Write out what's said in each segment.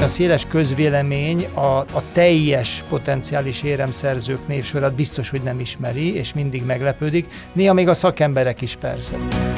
a széles közvélemény a teljes potenciális éremszerzők névsorát biztos, hogy nem ismeri, és mindig meglepődik. Néha még a szakemberek is persze.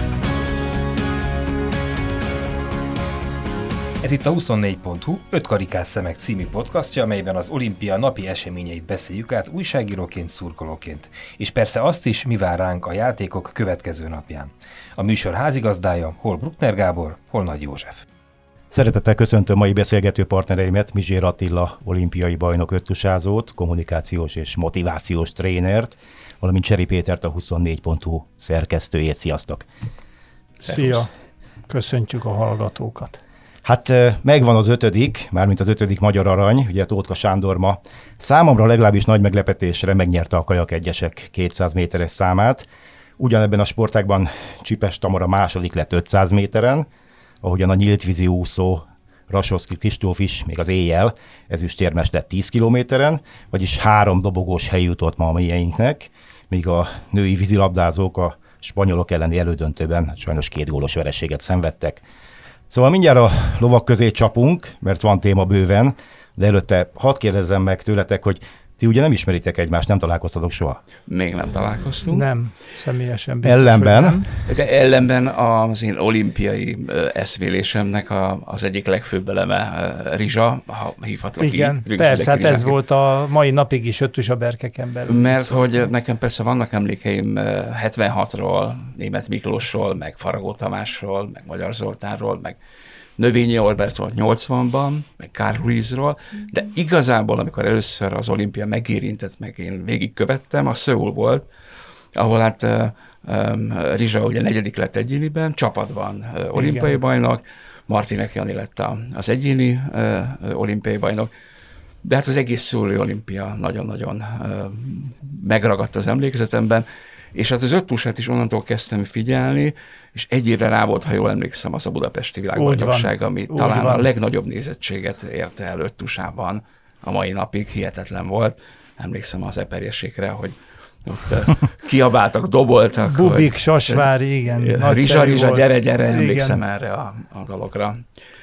Ez itt a 24.hu 5 karikás szemek című podcastja, amelyben az olimpia napi eseményeit beszéljük át újságíróként, szurkolóként. És persze azt is, mi vár ránk a játékok következő napján. A műsor házigazdája hol Bruckner Gábor, hol Nagy József. Szeretettel köszöntöm mai beszélgető partnereimet, Mizsér Attila olimpiai bajnok öttusázót, kommunikációs és motivációs trénert, valamint Cseri Pétert, a 24.hu szerkesztőjét. Sziasztok! Szia! Köszöntjük a hallgatókat! Hát megvan az 5., mármint az 5. magyar arany, ugye Tótka Sándor ma számomra legalábbis nagy meglepetésre megnyerte a kajak egyesek 200 méteres számát. Ugyanebben a sportágban Csipes Tamara második lett 500 méteren, ahogyan a nyíltvízi úszó Rasovszky Kristóf is még az éjjel ezüstérmes lett 10 kilométeren, vagyis 3 dobogós hely jutott ma a mieinknek, míg a női vízilabdázók a spanyolok elleni elődöntőben sajnos 2 gólos vereséget szenvedtek. Szóval mindjárt a lovak közé csapunk, mert van téma bőven, de előtte hadd kérdezzem meg tőletek, hogy ti ugye nem ismeritek egymást, nem találkoztatok soha? Még nem találkoztunk. Nem, személyesen biztos, ellenben? Nem. Ellenben az én olimpiai eszmélésemnek az egyik legfőbb eleme Rizsa, ha hívhatlak így. Igen, persze, hát ez volt a mai napig is öttus a berkeken belül. Mert hogy nekem persze vannak emlékeim 76-ról, Németh Miklósról, meg Faragó Tamásról, meg Magyar Zoltánról, meg Növényi Albert volt 80-ban, meg Carl Ruizról, de igazából, amikor először az olimpia megérintett, meg én végigkövettem, a Szöul volt, ahol hát Rizsa ugye 4. lett egyéniben, csapatban olimpiai bajnok, Martinek Jani lett az egyéni olimpiai bajnok, de hát az egész szőlő olimpia nagyon-nagyon megragadt az emlékezetemben, és hát az öttusát is onnantól kezdtem figyelni, és egy évre rá volt, ha jól emlékszem, az a budapesti világbajnokság, ami talán a legnagyobb nézettséget érte el öttusában a mai napig, hihetetlen volt. Emlékszem az eperjesékre, hogy ott kiabáltak, doboltak. Bubik, Sasvári, igen. Rizsa, gyere, emlékszem erre a dologra.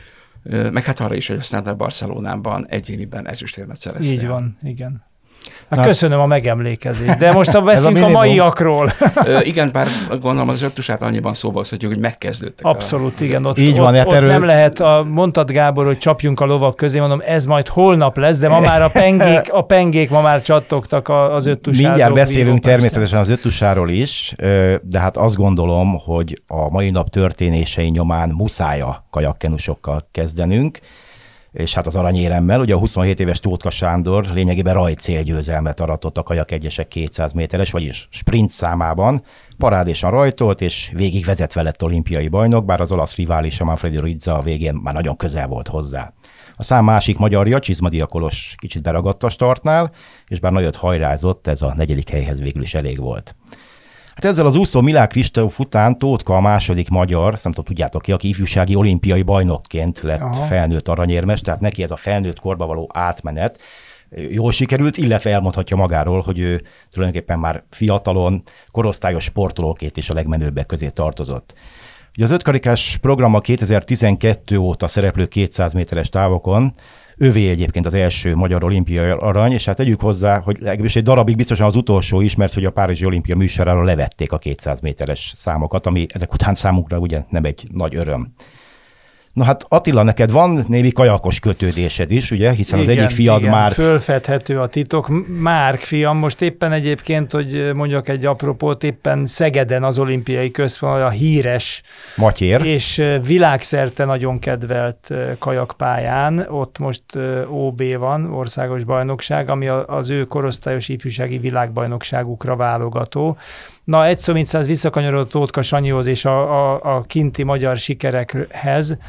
Meg hát arra is, hogy aztán a Barcelonában egyéniben ezüstérmet szereztél. Így van, igen. Hát köszönöm a megemlékezést, de most beszélünk a maiakról. Igen, bár gondolom az öttusát annyiban szóba hozhatjuk, hogy megkezdődtek. Abszolút, igen. Ott, így van, ott nem lehet, mondtad Gábor, hogy csapjunk a lovak közé, mondom, ez majd holnap lesz, de ma már a pengék ma már csattogtak az öttusázók. Mindjárt beszélünk természetesen az öttusáról is, de hát azt gondolom, hogy a mai nap történései nyomán muszáj a kajakkenusokkal kezdenünk, és hát az aranyéremmel, ugye a 27 éves Tótka Sándor lényegében rajtcélgyőzelmet aratott a kajak egyesek 200 méteres, vagyis sprint számában, parádésan rajtolt, és végig vezetve lett olimpiai bajnok, bár az olasz riválisa Manfredo Rizza a végén már nagyon közel volt hozzá. A szám másik magyarja, Csizmadia Kolos kicsit beragadt a startnál, és bár nagyot hajrázott, ez a 4. helyhez végül is elég volt. Hát ezzel az úszó Milák Kristóf után Tótka a második magyar, nem tudom, tudjátok ki, aki ifjúsági olimpiai bajnokként lett felnőtt aranyérmes, tehát neki ez a felnőtt korba való átmenet jól sikerült, illetve elmondhatja magáról, hogy ő tulajdonképpen már fiatalon, korosztályos sportolóként is a legmenőbbek közé tartozott. Ugye az 5 karikás program a 2012 óta szereplő 200 méteres távokon, ővé egyébként az első magyar olimpiai arany, és hát tegyük hozzá, hogy legalábbis egy darabig biztosan az utolsó is, mert hogy a Párizsi Olimpia műsoráról levették a 200 méteres számokat, ami ezek után számunkra ugye nem egy nagy öröm. Na hát Attila, neked van némi kajakos kötődésed is, ugye, hiszen az egyik fiad már... Fölfedhető a titok. Márk fiam, most éppen egyébként, hogy mondjak egy apropót, éppen Szegeden az olimpiai központ, a híres Matyér, és világszerte nagyon kedvelt kajakpályán, ott most OB van, országos bajnokság, ami az ő korosztályos ifjúsági világbajnokságukra válogató. Na, egy szó mint száz visszakanyarodott Tótka Sanyihoz és a kinti magyar sikerekhez.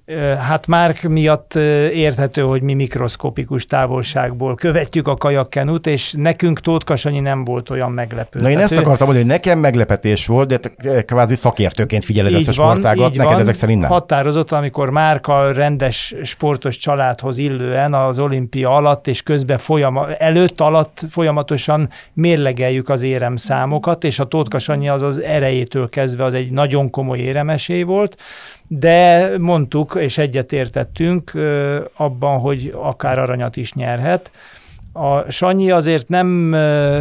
Hát Márk miatt érthető, hogy mi mikroszkopikus távolságból követjük a kajakkenut, és nekünk Tótka Sanyi nem volt olyan meglepő. Na én ezt akartam mondani, hogy nekem meglepetés volt, de te kvázi szakértőként figyeled ezt a sportágat, neked ezek szerint nem? Határozott, amikor Márk a rendes sportos családhoz illően az olimpia alatt és közben alatt folyamatosan mérlegeljük az éremszámokat, és a Tótka Sanyi az erejétől kezdve az egy nagyon komoly éremesély volt, de mondtuk, és egyetértettünk abban, hogy akár aranyat is nyerhet. A Sanyi azért nem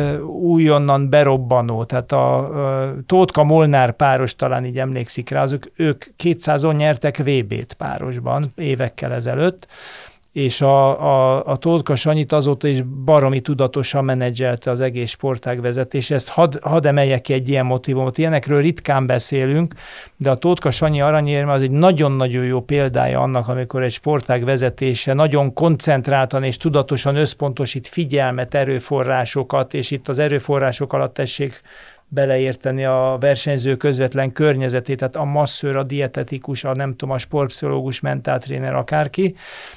újonnan berobbanó, tehát a Tótka-Molnár páros, talán így emlékszik rá, ők 200-on nyertek VB-t párosban évekkel ezelőtt, és a Tótka Sanyit azóta is baromi tudatosan menedzselte az egész sportág vezetés. Ezt hadd emeljek ki egy ilyen motivumot. Ilyenekről ritkán beszélünk, de a Tótka Sanyi aranyérme az egy nagyon-nagyon jó példája annak, amikor egy sportág vezetése nagyon koncentráltan és tudatosan összpontosít figyelmet, erőforrásokat, és itt az erőforrások alatt tessék beleérteni a versenyző közvetlen környezetét, tehát a masszőr, a dietetikus, a sportpszichológus, mentáltréner, akárki,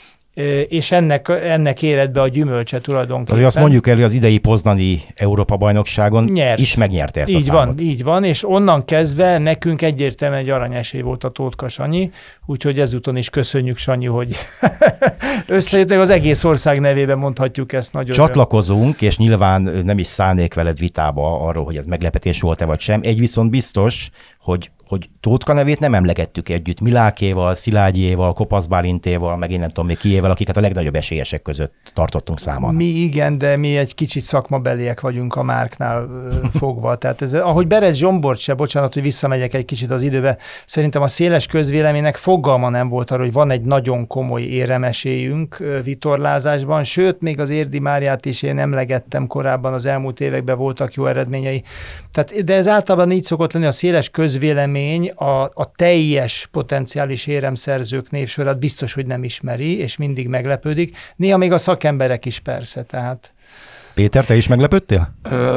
és ennek éred be a gyümölcse tulajdonképpen. Azért azt mondjuk el, hogy az idei poznani Európa-bajnokságon is megnyerte ezt a számot. Így van, és onnan kezdve nekünk egyértelműen egy aranyesély volt a Tótka Sanyi, úgyhogy ezúton is köszönjük, Sanyi, hogy összejöttek, az egész ország nevében mondhatjuk ezt nagyon. Csatlakozunk, és nyilván nem is szállnék veled vitába arról, hogy ez meglepetés volt-e vagy sem. Egy viszont biztos, hogy Tótka nevét nem emlegettük együtt Milákéval, Szilágyéval, Kopasz Bálintéval, meg én nem tudom még kiével, akiket a legnagyobb esélyesek között tartottunk számon. Mi igen, de mi egy kicsit szakmabeliek vagyunk a Márknál fogva. Tehát ez, ahogy Berez Zsombort se, bocsánat, hogy visszamegyek egy kicsit az időbe, szerintem a széles közvéleménynek fogalma nem volt arra, hogy van egy nagyon komoly éremesélyünk vitorlázásban, sőt, még az Érdi Máriát is én emlegettem korábban, az elmúlt években voltak jó eredményei. Tehát, de ez általában így szokott lenni, a széles közvélemény a teljes potenciális éremszerzők névsorát biztos, hogy nem ismeri, és mindig meglepődik. Néha még a szakemberek is persze, tehát. Péter, te is meglepődtél?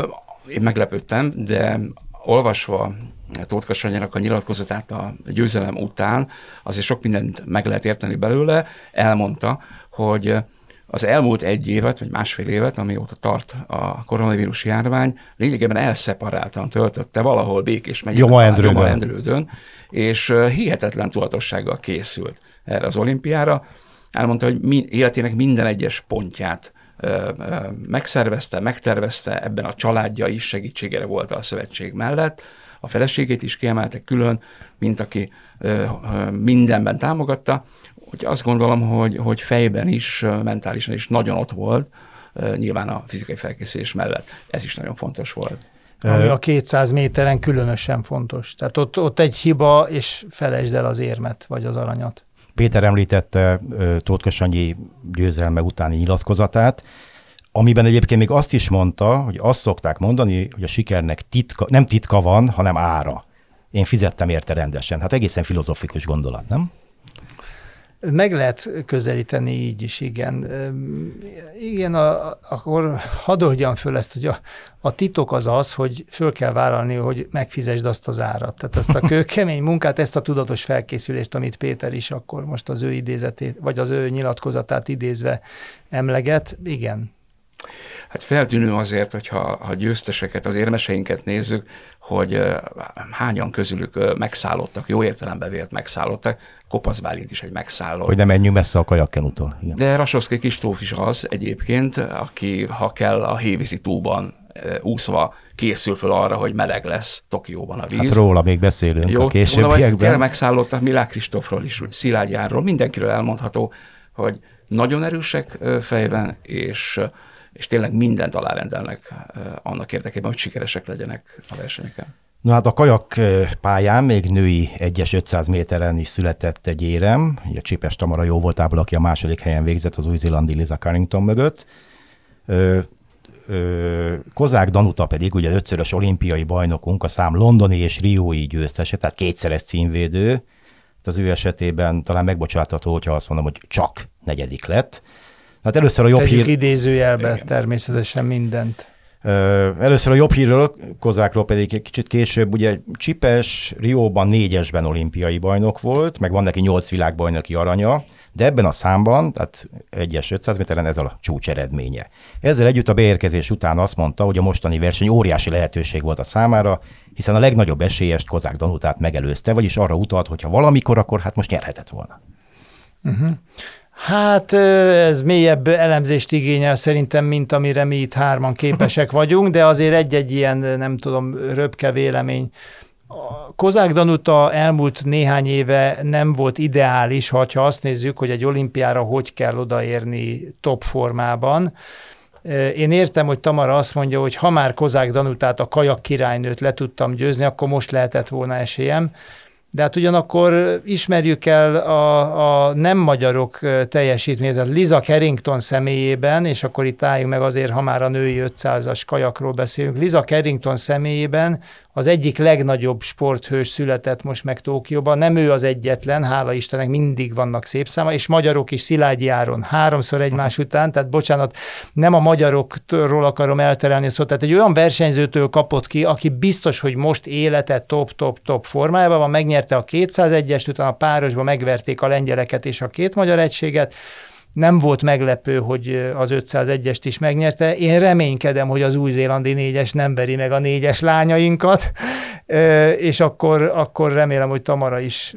Én meglepődtem, de olvasva Tótka Sanyinak a nyilatkozatát a győzelem után, azért sok mindent meg lehet érteni belőle, elmondta, hogy az elmúlt egy évet, vagy másfél évet, amióta tart a koronavírus járvány, lényegében elszeparáltan töltötte valahol Békés megyében, Joma Endrődön, és hihetetlen tudatossággal készült erre az olimpiára. Elmondta, hogy életének minden egyes pontját megszervezte, megtervezte, ebben a családja is segítségére volt a szövetség mellett. A feleségét is kiemelte külön, mint aki mindenben támogatta. Úgyhogy azt gondolom, hogy fejben is, mentálisan is nagyon ott volt, nyilván a fizikai felkészülés mellett. Ez is nagyon fontos volt. Ami a 200 méteren különösen fontos. Tehát ott egy hiba, és felejtsd el az érmet, vagy az aranyat. Péter említette Tótka Sanyi győzelme utáni nyilatkozatát, amiben egyébként még azt is mondta, hogy azt szokták mondani, hogy a sikernek nem titka van, hanem ára. Én fizettem érte rendesen. Hát egészen filozofikus gondolat, nem? Meg lehet közelíteni így is, igen. Igen, akkor hadd oldjam föl ezt, hogy a titok az, hogy föl kell vállalni, hogy megfizesd azt az árat. Tehát ezt a kőkemény munkát, ezt a tudatos felkészülést, amit Péter is akkor most az ő idézetét, vagy az ő nyilatkozatát idézve emleget, igen. Hát feltűnő azért, hogyha győzteseket, az érmeseinket nézzük, hogy hányan közülük megszállottak, jó értelembe vélt megszállottak, Kopasz Bálint is egy megszállott. Hogy ne menjünk messze a kajakkenútól. De Rasovszky Kristóf is az egyébként, aki, ha kell, a hévízi túban úszva készül föl arra, hogy meleg lesz Tokióban a víz. Hát róla még beszélünk jó, a későbbiekben. Tényleg megszállottak Milák Kristófról is, Szilágyáról, mindenkiről elmondható, hogy nagyon erősek fejben, és tényleg mindent alárendelnek annak érdekében, hogy sikeresek legyenek a versenyeken. Na hát a kajak pályán még női 1-es 500 méteren is született egy érem, a Csipes Tamara jóvoltából, aki a második helyen végzett az új-zélandi Lisa Carrington mögött. Kozák Danuta pedig, ugye 5-szörös olimpiai bajnokunk, a szám londoni és riói győztese, tehát 2-szeres címvédő. Az ő esetében talán megbocsátható, hogyha azt mondom, hogy csak 4. lett. Hát először a jobb hír... idézőjelbe természetesen mindent. Először a jobb hírről, Kozákról pedig egy kicsit később, ugye Csipes Rióban 4-esben olimpiai bajnok volt, meg van neki 8 világbajnoki aranya, de ebben a számban, tehát 1-es 500 méteren ez a csúcs eredménye. Ezzel együtt a beérkezés után azt mondta, hogy a mostani verseny óriási lehetőség volt a számára, hiszen a legnagyobb esélyest, Kozák Danutát megelőzte, vagyis arra utalt, hogy ha valamikor, akkor hát most nyerhetett volna. Uh-huh. Hát ez mélyebb elemzést igényel szerintem, mint amire mi itt hárman képesek vagyunk, de azért egy-egy ilyen, nem tudom, röpke vélemény. Kozák Danuta elmúlt néhány éve nem volt ideális, ha azt nézzük, hogy egy olimpiára hogy kell odaérni top formában. Én értem, hogy Tamara azt mondja, hogy ha már Kozák Danutát, a kajak királynőt le tudtam győzni, akkor most lehetett volna esélyem. De hát ugyanakkor ismerjük el a nem magyarok teljesítményét, Liza Carrington személyében, és akkor itt álljunk meg azért, ha már a női 500-as kajakról beszélünk, Liza Carrington személyében az egyik legnagyobb sporthős született most meg Tokióban, nem ő az egyetlen, hála Istennek mindig vannak szép száma, és magyarok is, Szilágyi Áron 3-szor egymás után, tehát bocsánat, nem a magyarokról akarom elterelni szót, tehát egy olyan versenyzőtől kapott ki, aki biztos, hogy most élete top formájában van, megnyerte a 201-est, utána a párosban megverték a lengyeleket és a 2 magyar egységet, nem volt meglepő, hogy az 501-est is megnyerte. Én reménykedem, hogy az új-zélandi 4-es nem veri meg a 4-es lányainkat, és akkor remélem, hogy Tamara is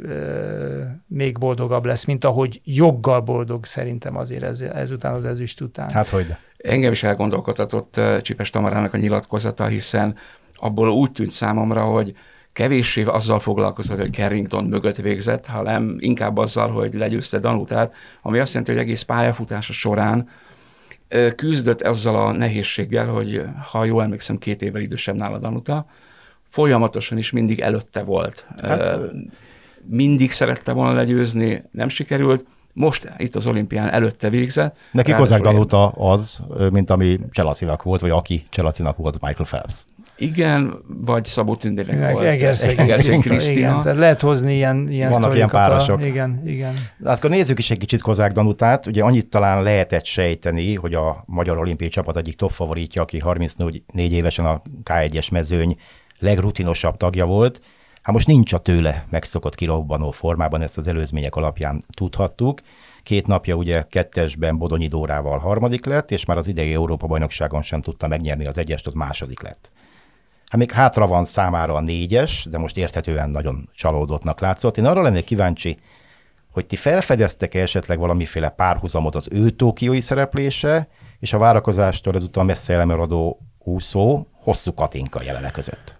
még boldogabb lesz, mint ahogy joggal boldog szerintem azért ezután az ezüst után. Hát hogyne. Engem is elgondolkodtatott Csipes Tamarának a nyilatkozata, hiszen abból úgy tűnt számomra, hogy kevéssé azzal foglalkozott, hogy Carrington mögött végzett, hanem inkább azzal, hogy legyőzte Danutát, ami azt jelenti, hogy egész pályafutása során küzdött azzal a nehézséggel, hogy ha jól emlékszem, 2 évvel idősebb nála Danuta, folyamatosan is mindig előtte volt. Hát, mindig szerette volna legyőzni, nem sikerült, most itt az olimpián előtte végzett. Neki Kozák Danuta az, mint ami Cselacinak volt, vagy aki Cselacinak volt, Michael Phelps. Igen, vagy Szabó Tündérnek volt. Egerszeg Krisztina. Tehát lehet hozni ilyen vannak ilyen párosok. Igen. Hát akkor nézzük is egy kicsit Kozák Danutát. Ugye annyit talán lehetett sejteni, hogy a magyar olimpiai csapat egyik top favoritja, aki 34 évesen a K1-es mezőny legrutinosabb tagja volt. Hát most nincs a tőle megszokott kirobbanó formában, ezt az előzmények alapján tudhattuk. 2 napja ugye 2-esben Bodonyi Dórával 3. lett, és már az idei Európa-bajnokságon sem tudta megnyerni az 1-est, ott 2. lett. Hát még hátra van számára a 4-es, de most érthetően nagyon csalódottnak látszott. Én arra lennék kíváncsi, hogy ti felfedeztek-e esetleg valamiféle párhuzamot az ő tokiói szereplése, és a várakozástól ezúttal messze elmaradó úszó Hosszú Katinka jelene között.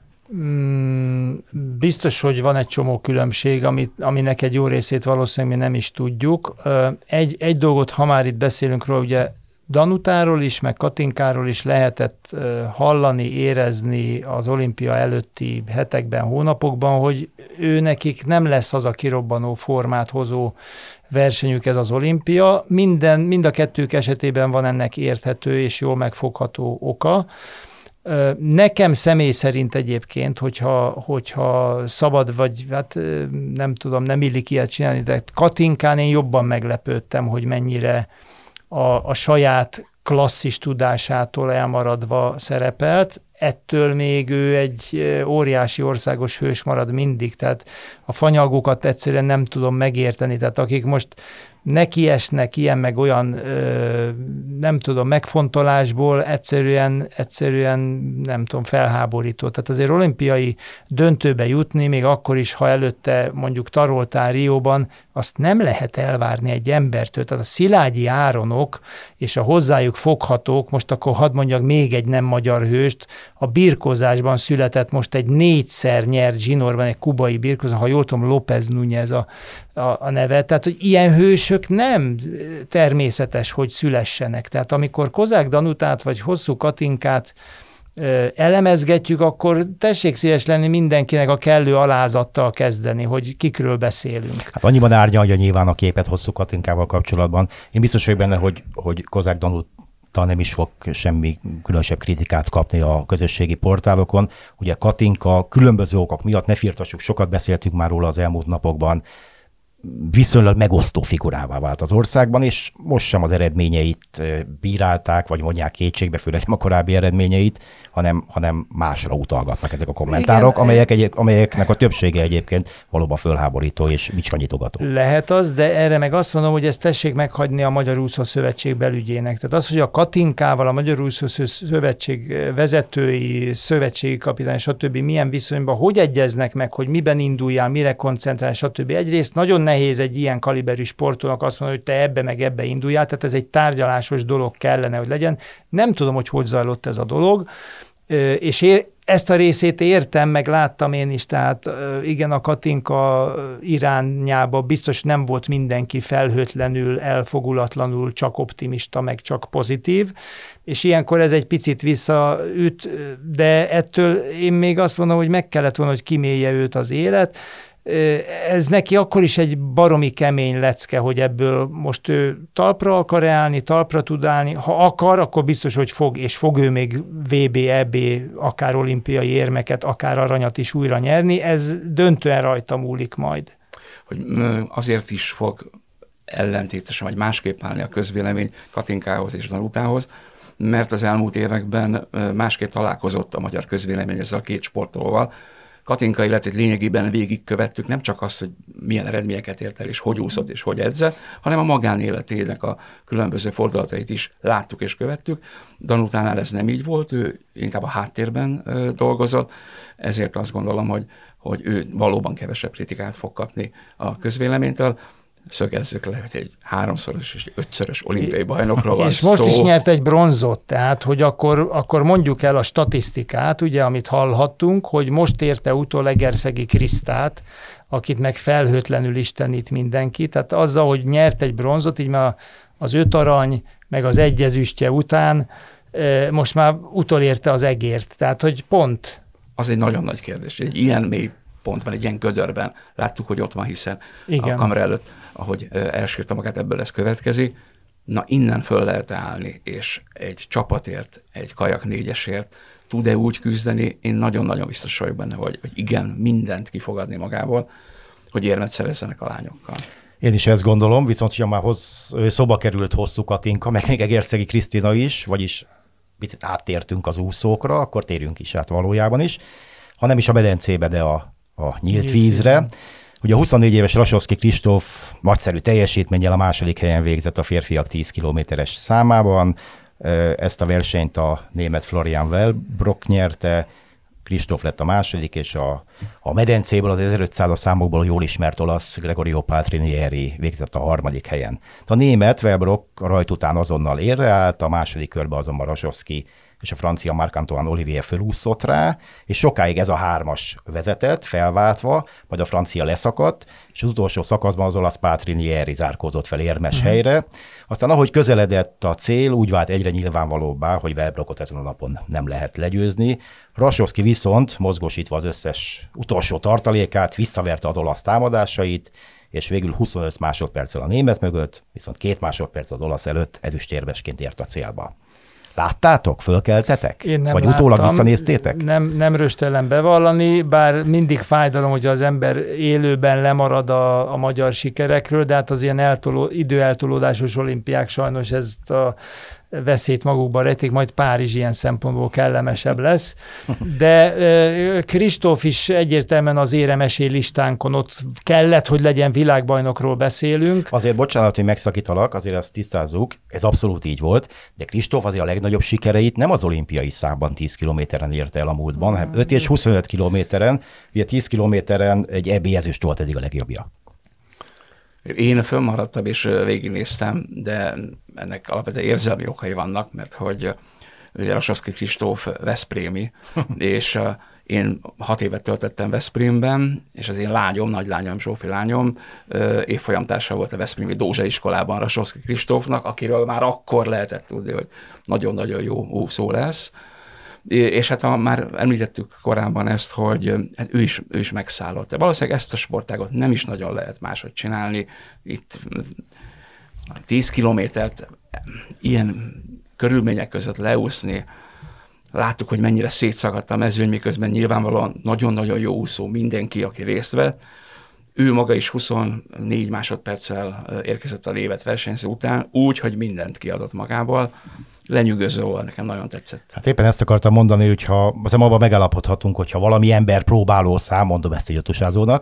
Biztos, hogy van egy csomó különbség, aminek egy jó részét valószínűleg mi nem is tudjuk. Egy dolgot, ha már itt beszélünk róla, ugye Danutáról is, meg Katinkáról is lehetett hallani, érezni az olimpia előtti hetekben, hónapokban, hogy ő nekik nem lesz az a kirobbanó formát hozó versenyük ez az olimpia. Mind a kettők esetében van ennek érthető és jól megfogható oka. Nekem személy szerint egyébként, hogyha szabad, vagy hát nem tudom, nem illik ilyet csinálni, de Katinkán én jobban meglepődtem, hogy mennyire a saját klasszis tudásától elmaradva szerepelt, ettől még ő egy óriási országos hős marad mindig, tehát a fanyagokat egyszerűen nem tudom megérteni, tehát akik most nekiesnek ilyen meg olyan, nem tudom, megfontolásból egyszerűen nem tudom, felháborító. Tehát azért olimpiai döntőbe jutni, még akkor is, ha előtte mondjuk taroltál Rióban, azt nem lehet elvárni egy embertől. Tehát a Szilágyi Áronok és a hozzájuk foghatók, most akkor hadd mondjak még egy nem magyar hőst, a birkózásban született most egy 4-szer nyert zsinórban, egy kubai birkózó, ha jól tudom, López Núñez a neve. Tehát, hogy ilyen hősök nem természetes, hogy szülessenek. Tehát amikor Kozák Danutát vagy Hosszú Katinkát elemezgetjük, akkor tessék szíves lenni mindenkinek a kellő alázattal kezdeni, hogy kikről beszélünk. Hát annyiban árnyalja nyilván a képet Hosszú Katinkával kapcsolatban. Én biztos vagyok benne, hogy Kozák Danuta nem is fog semmi különösebb kritikát kapni a közösségi portálokon. Ugye Katinka különböző okok miatt, ne firtassuk, sokat beszéltünk már róla az elmúlt napokban, viszonylag megosztó figurává vált az országban, és most sem az eredményeit bírálták, vagy mondják kétségbe, főleg a korábbi eredményeit, hanem másra utalgatnak ezek a kommentárok, amelyeknek a többsége egyébként valóban fölháborító és bicskanyitogató. Lehet az, de erre meg azt mondom, hogy ezt tessék meghagyni a Magyar Úszó Szövetség belügyének. Tehát az, hogy a Katinkával, a Magyar Úszó Szövetség vezetői, szövetségi kapitány, stb. Milyen viszonyban, hogy egyeznek meg, hogy miben induljál, mire koncentrál, stb. Egyrészt nagyon nehéz egy ilyen kaliberű sportolónak azt mondani, hogy te ebbe meg ebbe induljál, tehát ez egy tárgyalásos dolog kellene, hogy legyen. Nem tudom, hogy zajlott ez a dolog. És ezt a részét értem, meg láttam én is, tehát igen, a Katinka irányába biztos nem volt mindenki felhőtlenül, elfogulatlanul, csak optimista, meg csak pozitív, és ilyenkor ez egy picit visszaüt, de ettől én még azt mondom, hogy meg kellett volna, hogy kimélje őt az élet. Ez neki akkor is egy baromi kemény lecke, hogy ebből most ő talpra akar állni, talpra tud állni. Ha akar, akkor biztos, hogy fog ő még VB, EB, akár olimpiai érmeket, akár aranyat is újra nyerni. Ez döntően rajta múlik majd. Hogy azért is fog ellentétesen, vagy másképp állni a közvélemény Katinkához és Danutához, mert az elmúlt években másképp találkozott a magyar közvélemény ezzel a két sportolóval. Katinka életét lényegében végigkövettük, nem csak azt, hogy milyen eredményeket ért el, és hogy úszott, és hogy edzett, hanem a magánéletének a különböző fordulatait is láttuk és követtük. Danutánál ez nem így volt, ő inkább a háttérben dolgozott, ezért azt gondolom, hogy ő valóban kevesebb kritikát fog kapni a közvéleménytől. Szögezzük le, hogy egy 3-szoros és 5-szörös olimpiai bajnokról van és szó. most is nyert egy bronzot, tehát hogy akkor mondjuk el a statisztikát, ugye, amit hallhattunk, hogy most érte utol Egerszegi Krisztát, akit meg felhőtlenül istenít mindenki, tehát azzal, hogy nyert egy bronzot, így már az 5 arany, meg az 1 ezüstje után most már utolérte az Egért, tehát hogy pont. Az egy nagyon nagy kérdés. Egy ilyen mély pontban, egy ilyen gödörben láttuk, hogy ott van, hiszen igen. A kamera előtt, ahogy elsírta magát, ebből ez következik. Na, innen föl lehet állni, és egy csapatért, egy kajak 4-esért tud-e úgy küzdeni? Én nagyon-nagyon biztos vagyok benne, hogy igen, mindent ki fog adni magából, hogy érmet szerezzenek a lányokkal. Én is ezt gondolom, viszont ha már szóba került hosszú Katinka, meg még Egerszegi Krisztina is, vagyis picit áttértünk az úszókra, akkor térjünk is át valójában is, ha nem is a medencébe, de a nyílt vízre. Ugye a 24 éves Rasovszky Kristóf nagyszerű teljesítménnyel a második helyen végzett a férfiak 10 kilométeres számában. Ezt a versenyt a német Florian Wellbrock nyerte, Kristóf lett a második, és a medencéből az 1500-as számokból jól ismert olasz Gregorio Paltrinieri végzett a harmadik helyen. A német Wellbrock a rajt után azonnal érre állt, a második körbe azonban Rasovszky és a francia Marc-Antoine Olivier fölúszott rá, és sokáig ez a 3-as vezetett, felváltva, majd a francia leszakadt, és az utolsó szakaszban az olasz Paltrinieri zárkózott fel érmes helyre. Aztán ahogy közeledett a cél, úgy vált egyre nyilvánvalóbbá, hogy Wellbrockot ezen a napon nem lehet legyőzni. Rasovszky viszont, mozgósítva az összes utolsó tartalékát, visszaverte az olasz támadásait, és végül 25 másodperccel a német mögött, viszont 2 másodperc az olasz előtt ezüstérmesként ért a célba. Láttátok? Fölkeltetek? Én nem vagy láttam, utólag visszanéztétek? Nem röstellen bevallani, bár mindig fájdalom, hogy az ember élőben lemarad a magyar sikerekről, de hát az ilyen időeltolódásos olimpiák sajnos ezt a veszélyt magukban rejtik, majd Párizs ilyen szempontból kellemesebb lesz. De Kristóf is egyértelműen az éremesély listánkon ott kellett, hogy legyen, világbajnokról beszélünk. Azért bocsánat, hogy megszakítalak, azért ezt tisztázzuk, ez abszolút így volt, de Kristóf azért a legnagyobb sikereit nem az olimpiai számban 10 kilométeren érte el a múltban, hanem 5 és 25 kilométeren, ugye 10 kilométeren egy EB ezüst volt eddig a legjobbja. Én fönnmaradtam és végignéztem, de ennek alapvetően érzelmi okai vannak, mert hogy ugye Rasovszky Kristóf veszprémi, és én 6 évet töltöttem Veszprémben, és az én lányom, nagylányom, Zsófi lányom évfolyamtársa volt a veszprémi Dózsa iskolában Rasovszky Kristófnak, akiről már akkor lehetett tudni, hogy nagyon-nagyon jó úszó lesz. És hát már említettük korábban ezt, hogy hát ő is megszállott. Valószínűleg ezt a sportágot nem is nagyon lehet máshogy csinálni. Itt 10 kilométert ilyen körülmények között leúszni, láttuk, hogy mennyire szétszakadt a mezőny, miközben nyilvánvalóan nagyon-nagyon jó úszó mindenki, aki részt vett. Ő maga is 24 másodperccel érkezett a német versenyző után, úgy, hogy mindent kiadott magából. Lenyűgöző volt, nekem nagyon tetszett. Hát éppen ezt akartam mondani, hogyha aztán abban megállapodhatunk, hogyha valami ember próbáló szám, mondom ezt egy ötusázónak,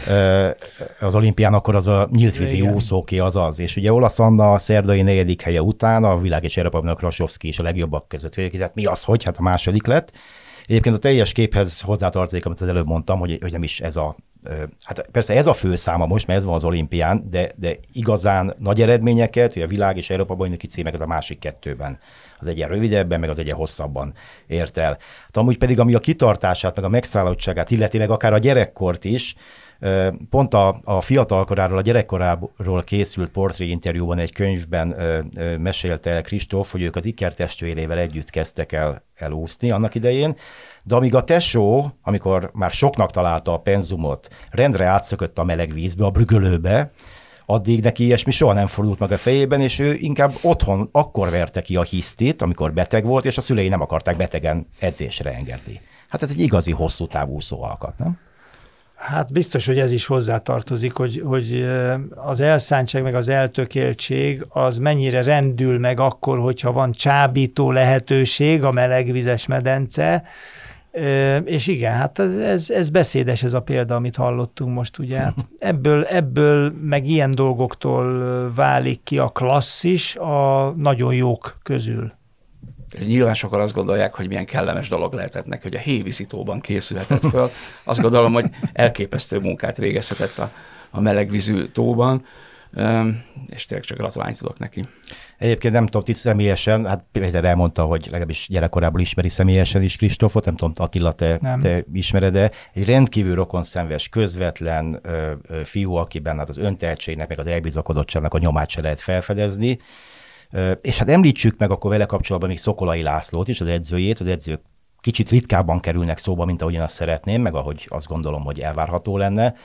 az olimpián, akkor az a nyíltvízi úszóké az. És ugye Olasz Anna a szerdai 4. helye után a világ és Európa-bajnok Rasovszky és a legjobbak között végigizett. Mi az, hogy? Hát a második lett. Egyébként a teljes képhez hozzátartozik, amit az előbb mondtam, hogy nem is ez a hát persze ez a fő száma most, mert ez van az olimpián, de igazán nagy eredményeket, hogy a világ és Európa bajnoki címeket a másik kettőben. Az egyen rövidebben, meg az egyen hosszabban ért el. Hát amúgy pedig, ami a kitartását, meg a megszállottságát illeti, meg akár a gyerekkort is, pont a fiatalkoráról, a gyerekkoráról készült portréinterjúban egy könyvben mesélte el Kristóf, hogy ők az ikertestvérével együtt kezdtek el úszni annak idején, de amíg a tesó, amikor már soknak találta a penzumot, rendre átszökött a meleg vízbe, a brügölőbe, addig neki ilyesmi soha nem fordult meg a fejében, és ő inkább otthon akkor verte ki a hisztit, amikor beteg volt, és a szülei nem akarták betegen edzésre engedni. Hát ez egy igazi hosszú távú alkat, nem? Hát biztos, hogy ez is hozzátartozik, hogy az elszántság meg az eltökéltség az mennyire rendül meg akkor, hogyha van csábító lehetőség, a melegvizes medence, és igen, hát ez beszédes ez a példa, amit hallottunk most, ugye. Hát ebből meg ilyen dolgoktól válik ki a klasszis a nagyon jók közül. Nyilván sokan azt gondolják, hogy milyen kellemes dolog lehetett neki, hogy a hévízitóban készülhetett föl. Azt gondolom, hogy elképesztő munkát végezhetett a melegvízű tóban, és tényleg csak gratulálni tudok neki. Egyébként nem tudom, ti személyesen, hát Péter elmondta, hogy legalábbis gyerekkorából ismeri személyesen is Kristófot, nem tudom, Attila, te ismered-e, egy rendkívül rokonszenves, közvetlen fiú, akiben hát az öntehetségnek, meg az elbizakodottságnak a nyomát se lehet felfedezni. És hát említsük meg akkor vele kapcsolatban még Szokolai Lászlót is, az edzőjét. Az edzők kicsit ritkábban kerülnek szóba, mint ahogy én azt szeretném, meg ahogy azt gondolom, hogy elvárható lenne.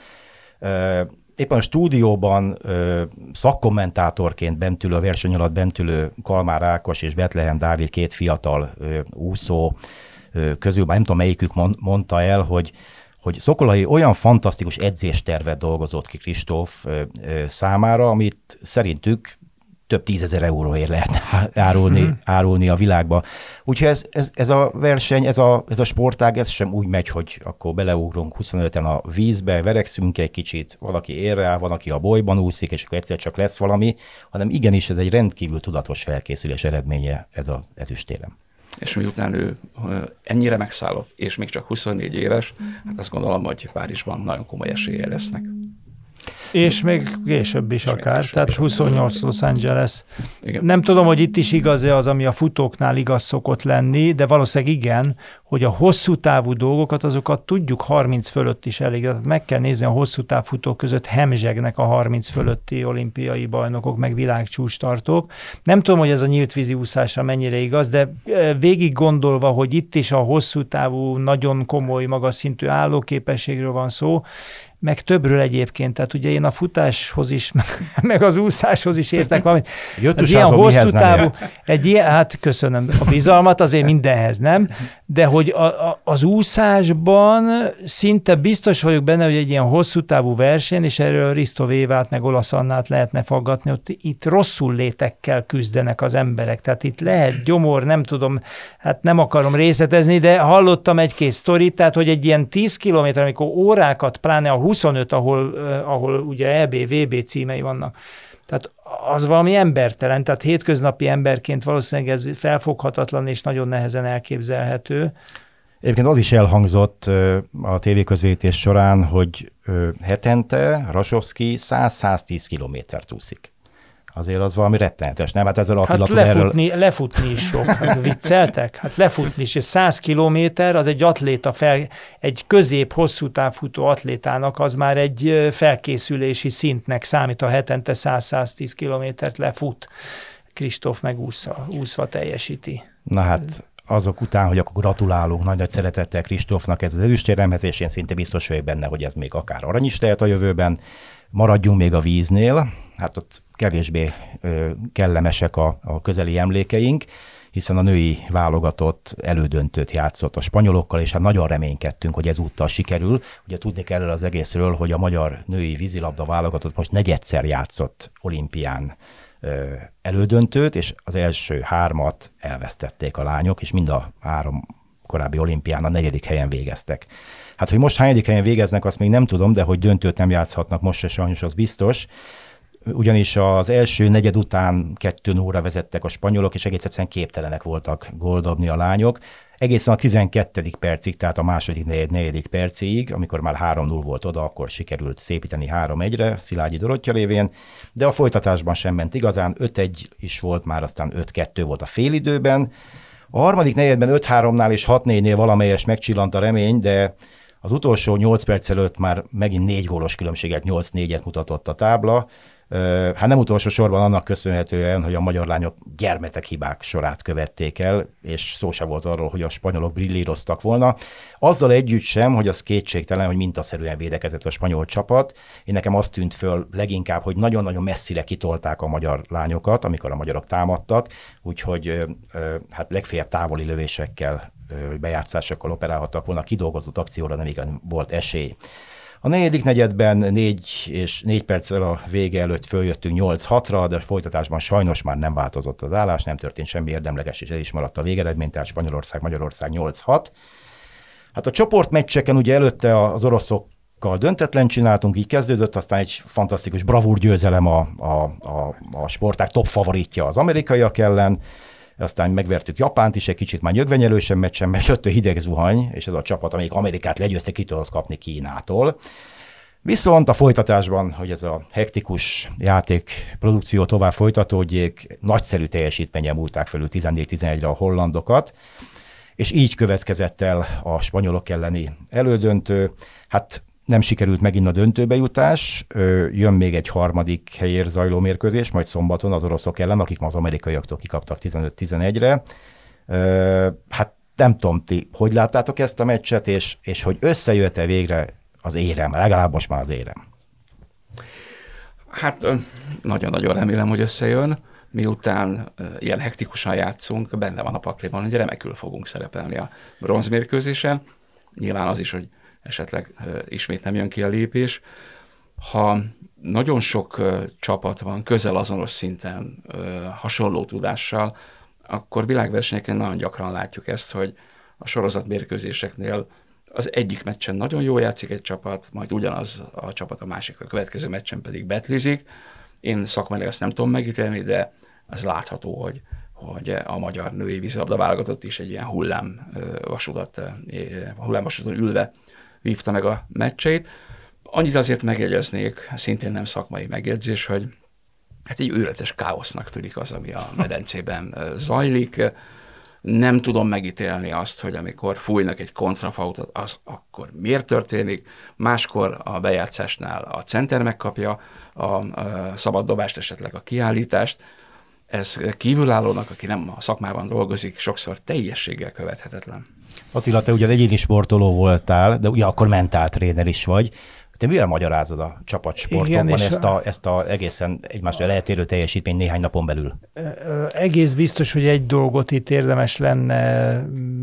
Éppen a stúdióban szakkommentátorként bentülő, a verseny alatt bentülő Kalmár Ákos és Betlehem Dávid két fiatal úszó közül, már nem tudom melyikük mondta el, hogy Szokolai olyan fantasztikus edzéstervet dolgozott ki Kristóf számára, amit szerintük több 10 000 euróért lehet árulni a világba. Úgyhogy ez a verseny, ez a sportág, ez sem úgy megy, hogy akkor beleugrunk 25-en a vízbe, verekszünk egy kicsit, valaki érre áll, van, aki a bolyban úszik, és akkor egyszer csak lesz valami, hanem igenis ez egy rendkívül tudatos felkészülés eredménye ez az ezüstérem. És miután ő ennyire megszállott, és még csak 24 éves, hát azt gondolom, hogy Párizsban nagyon komoly esélye lesznek. És még később is akár, tehát 28 Los Angeles. Igen. Nem tudom, hogy itt is igaz-e az, ami a futóknál igaz szokott lenni, de valószínűleg igen, hogy a hosszú távú dolgokat, azokat tudjuk 30 fölött is elég. Tehát meg kell nézni, a hosszú távfutók között hemzsegnek a 30 fölötti olimpiai bajnokok, meg világcsúcstartók. Nem tudom, hogy ez a nyílt vízi úszásra mennyire igaz, de végig gondolva, hogy itt is a hosszú távú, nagyon komoly, magas szintű állóképességről van szó, meg többről egyébként, tehát ugye én a futáshoz is, meg az úszáshoz is értek valamit. Az ilyen hosszú távú, hát köszönöm a bizalmat, azért mindenhez nem, de hogy az úszásban szinte biztos vagyok benne, hogy egy ilyen hosszú távú verseny, és erről Risto Vévát, meg Olasz Annát lehetne faggatni, hogy itt rosszul létekkel küzdenek az emberek, tehát itt lehet gyomor, nem tudom, hát nem akarom részletezni, de hallottam egy-két sztorit, tehát hogy egy ilyen 10 kilométer, amikor órákat, pláne a 25, ahol ugye EB, VB címei vannak. Tehát az valami embertelen, tehát hétköznapi emberként valószínűleg ez felfoghatatlan és nagyon nehezen elképzelhető. Egyébként az is elhangzott a tévéközvetítés során, hogy hetente Rasovszky 100-110 kilométert úszik. Azért az valami rettenetes, nem? Hát ezzel Attila lefutni is sok. Hát vicceltek? Hát lefutni is. 100 kilométer, az egy atléta, egy közép-hosszú távfutó atlétának az már egy felkészülési szintnek számít, a hetente 100-110 kilométert lefut. Kristóf meg úszva teljesíti. Na hát azok után, hogy akkor gratulálunk nagy szeretettel Kristófnak ez az ezüstéremhez, és én szinte biztos vagyok benne, hogy ez még akár arany is lehet a jövőben. Maradjunk még a víznél, hát ott kevésbé kellemesek a közeli emlékeink, hiszen a női válogatott elődöntőt játszott a spanyolokkal, és hát nagyon reménykedtünk, hogy ezúttal sikerül. Ugye tudni kell az egészről, hogy a magyar női vízilabda válogatott most negyedszer játszott olimpián elődöntőt, és az első 3 elvesztették a lányok, és mind a 3 korábbi olimpián a 4. helyen végeztek. Hát, hogy most hányadik helyen végeznek, azt még nem tudom, de hogy döntőt nem játszhatnak most se sajnos, az biztos. ugyanis az első negyed után 2-0-ra vezettek a spanyolok, és egész egyszerűen képtelenek voltak gólt dobni a lányok. Egészen a 12. percig, tehát a második negyedik percig, amikor már 3-0 volt oda, akkor sikerült szépíteni 3-1-re Szilágyi Dorottya révén, de a folytatásban sem ment igazán, 5-1 is volt már, aztán 5-2 volt a félidőben. A harmadik negyedben 5-3-nál és 6-4-nél valamelyes megcsillant a remény, de az utolsó 8 perc előtt már megint 4 gólos különbséget, 8-4-et mutatott a tábla. Hát nem utolsó sorban annak köszönhetően, hogy a magyar lányok gyermetek hibák sorát követték el, és szó sem volt arról, hogy a spanyolok brillíroztak volna. Azzal együtt sem, hogy az kétségtelen, hogy mintaszerűen védekezett a spanyol csapat. Én nekem azt tűnt föl leginkább, hogy nagyon-nagyon messzire kitolták a magyar lányokat, amikor a magyarok támadtak, úgyhogy hát legfeljebb távoli lövésekkel, bejátszásokkal operálhattak volna, kidolgozott akcióra nem igen volt esély. A negyedik negyedben 4 perccel a vége előtt följöttünk 8-6-ra, de a folytatásban sajnos már nem változott az állás, nem történt semmi érdemleges, és ez is maradt a végeredmény, tehát Spanyolország-Magyarország 8-6. Hát a csoportmeccseken ugye előtte az oroszokkal döntetlen csináltunk, így kezdődött, aztán egy fantasztikus bravúr győzelem a sportág top favoritja az amerikaiak ellen, aztán megvertük Japánt is egy kicsit már nyögvenyelősen meccsen, mert jött a hideg zuhany, és ez a csapat, amelyik Amerikát legyőzte, ki tudott kapni Kínától. Viszont a folytatásban, hogy ez a hektikus játékprodukció tovább folytatódjék, nagyszerű teljesítményen múlták felül 14-11-re a hollandokat, és így következett el a spanyolok elleni elődöntő. Hát nem sikerült megint a döntőbe jutás, jön még egy harmadik helyért zajló mérkőzés, majd szombaton az oroszok ellen, akik ma az amerikaiaktól kikaptak 15-11-re. Hát nem tudom, ti hogy láttátok ezt a meccset, és hogy összejött-e végre az érem, legalább most már az érem? Hát nagyon-nagyon remélem, hogy összejön. Miután ilyen hektikusan játszunk, benne van a pakliban, hogy remekül fogunk szerepelni a bronzmérkőzésen. Nyilván az is, hogy esetleg ismét nem jön ki a lépés. Ha nagyon sok csapat van közel azonos szinten, hasonló tudással, akkor világversenyeken nagyon gyakran látjuk ezt, hogy a sorozatmérkőzéseknél az egyik meccsen nagyon jól játszik egy csapat, majd ugyanaz a csapat a következő meccsen pedig betlizik. Én szakmailag ezt nem tudom megítélni, de az látható, hogy a magyar női vízilabda válogatott is egy ilyen hullámvasúton ülve vívta meg a meccseit. Annyit azért megjegyeznék, szintén nem szakmai megjegyzés, hogy hát egy őrületes káosznak tűnik az, ami a medencében zajlik. Nem tudom megítélni azt, hogy amikor fújnak egy kontrafautot, az akkor miért történik. Máskor a bejátszásnál a center megkapja a szabad dobást, esetleg a kiállítást. Ez kívülállónak, aki nem a szakmában dolgozik, sokszor teljességgel követhetetlen. Attila, te ugye egyéni sportoló voltál, de ugye akkor mentáltréner is vagy. Te mivel magyarázod a csapatsportokban ezt a egészen egymástól eltérő teljesítmény néhány napon belül? Egész biztos, hogy egy dolgot itt érdemes lenne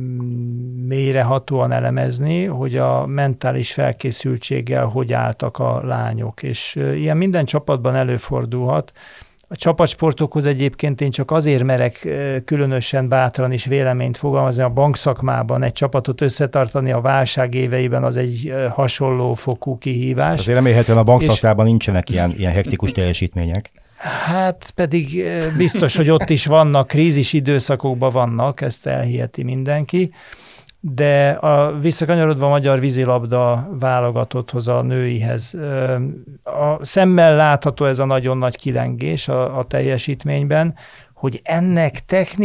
mélyrehatóan elemezni, hogy a mentális felkészültséggel hogy álltak a lányok. És ilyen minden csapatban előfordulhat. A csapatsportokhoz egyébként én csak azért merek különösen bátran is véleményt fogalmazni, a bankszakmában egy csapatot összetartani a válság éveiben az egy hasonló fokú kihívás. Azért remélhetően a bankszakmában nincsenek ilyen hektikus teljesítmények. Hát pedig biztos, hogy ott is vannak, krízis időszakokban vannak, ezt elhiheti mindenki. De visszakanyarodva a magyar vízilabda válogatotthoz, a nőihez, a szemmel látható ez a nagyon nagy kilengés a teljesítményben, hogy ennek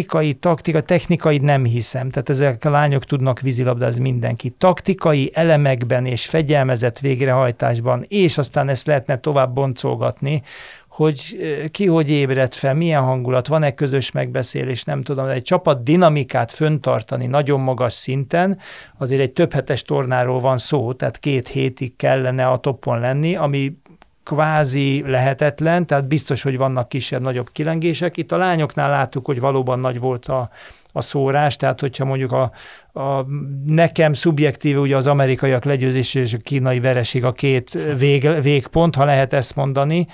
technikai nem hiszem, tehát ezek a lányok tudnak vízilabdázni mindenki. Taktikai elemekben és fegyelmezett végrehajtásban, és aztán ezt lehetne tovább boncolgatni, hogy ki hogy ébredt fel, milyen hangulat, van-e közös megbeszélés, nem tudom, de egy csapat dinamikát föntartani nagyon magas szinten, azért egy több hetes tornáról van szó, tehát 2 hétig kellene a toppon lenni, ami kvázi lehetetlen, tehát biztos, hogy vannak kisebb-nagyobb kilengések. Itt a lányoknál láttuk, hogy valóban nagy volt a szórás, tehát hogyha mondjuk nekem szubjektíve ugye az amerikaiak legyőzése és a kínai vereség a 2 végpont, ha lehet ezt mondani,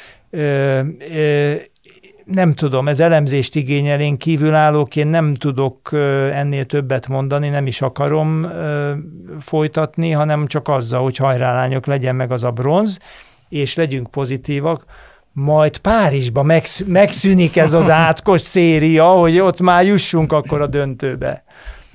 nem tudom, ez elemzést igényel, én kívülállóként nem tudok ennél többet mondani, nem is akarom folytatni, hanem csak azzal, hogy hajrá lányok, legyen meg az a bronz, és legyünk pozitívak. majd Párizsba megszűnik ez az átkos széria, hogy ott már jussunk akkor a döntőbe.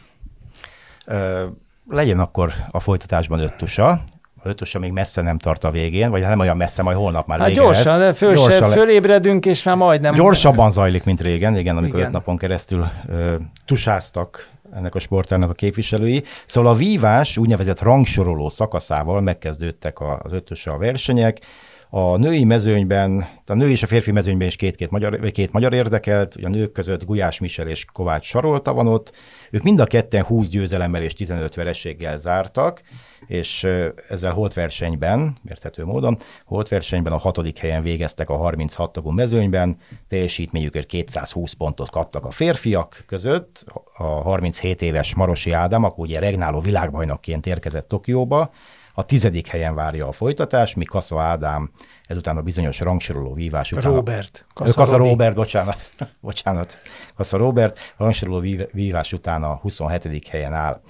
Legyen akkor a folytatásban 5 tusa. A 5 tusa még messze nem tart a végén, vagy nem olyan messze, majd holnap már vége gyorsan, fölébredünk, és már majdnem... Gyorsabban zajlik, mint régen, amikor 5 napon keresztül tusáztak ennek a sportának a képviselői. Szóval a vívás úgynevezett rangsoroló szakaszával megkezdődtek az 5 tusa versenyek. A női mezőnyben, a nő és a férfi mezőnyben is két magyar érdekelt, ugye a nők között Gulyás Michel és Kovács Sarolta van ott. Ők mind a ketten 20 győzelemmel és 15 vereséggel zártak, és ezzel holtversenyben, érthető módon, holtversenyben a 6. helyen végeztek a 36 tagú mezőnyben, teljesítményükért 220 pontot kaptak a férfiak között. A 37 éves Marosi Ádám, akkor ugye regnáló világbajnokként érkezett Tokióba, a 10. helyen várja a folytatás, míg Kassa Ádám ezután a bizonyos rangsoroló vívás után... Kassa Róbert, bocsánat. Kassa Róbert, a rangsoroló vívás után a 27. helyen áll.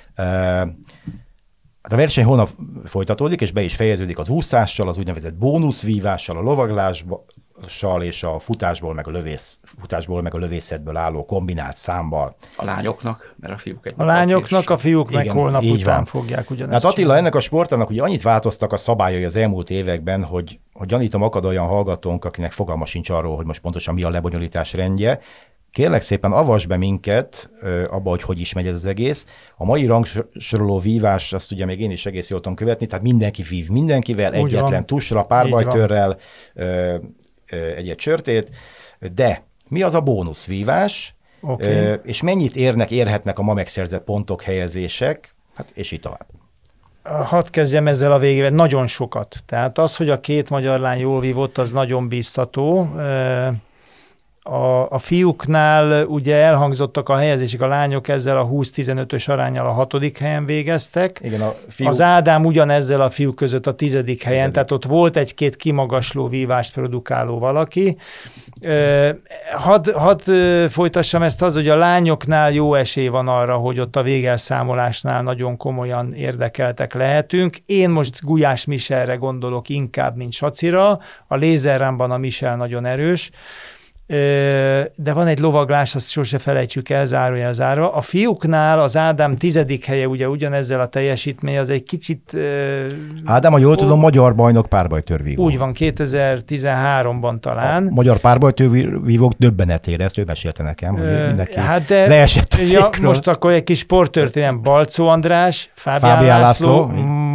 A verseny holnap folytatódik, és be is fejeződik az úszással, az úgynevezett bónuszvívással, a lovaglással és a futásból meg a lövészetből álló kombinált számmal. A lányoknak, mert a fiúk egy... A lányoknak, a fiúk meg holnap után fogják ugyanezt. Hát Attila, ennek a sportának ugye annyit változtak a szabályai az elmúlt években, hogy gyanítom, akad olyan hallgatónk, akinek fogalma sincs arról, hogy most pontosan mi a lebonyolítás rendje. Kérlek szépen, avasd be minket abba, hogy is megy ez az egész. A mai rangsoroló vívás, azt ugye még én is egész jól tudom követni, tehát mindenki vív mindenkivel, egyetlen tusra, párbajtőrrel, egy csörtét, de mi az a bónuszvívás, és mennyit érhetnek a ma megszerzett pontok, helyezések, hát és így tovább. Hadd kezdjem ezzel a végével, nagyon sokat. Tehát az, hogy a 2 magyar lány jól vívott, az nagyon biztató. A fiúknál ugye elhangzottak a helyezések, a lányok ezzel a 20-15-ös aránnyal a 6. helyen végeztek. Igen, az Ádám ugyanezzel a fiúk között a 10. helyen, tehát ott volt egy-két kimagasló vívást produkáló valaki. Hadd folytassam ezt az, hogy a lányoknál jó esély van arra, hogy ott a végelszámolásnál nagyon komolyan érdekeltek lehetünk. Én most Gulyás Michelre gondolok inkább, mint Sacira. A lézerrámban a Michel nagyon erős. De van egy lovaglás, azt sose felejtsük el, zárva. A fiúknál az Ádám 10. helye ugye ugyanezzel a teljesítmény, az egy kicsit... Ádám, ha jól tudom, magyar bajnok párbajtőrvívó. Úgy van, 2013-ban talán. A magyar párbajtőrvívók döbbenetére, ezt ő mesélte nekem, hogy mindenki leesett a székről. Most akkor egy kis sporttörténet, Balczó András, Fábián László,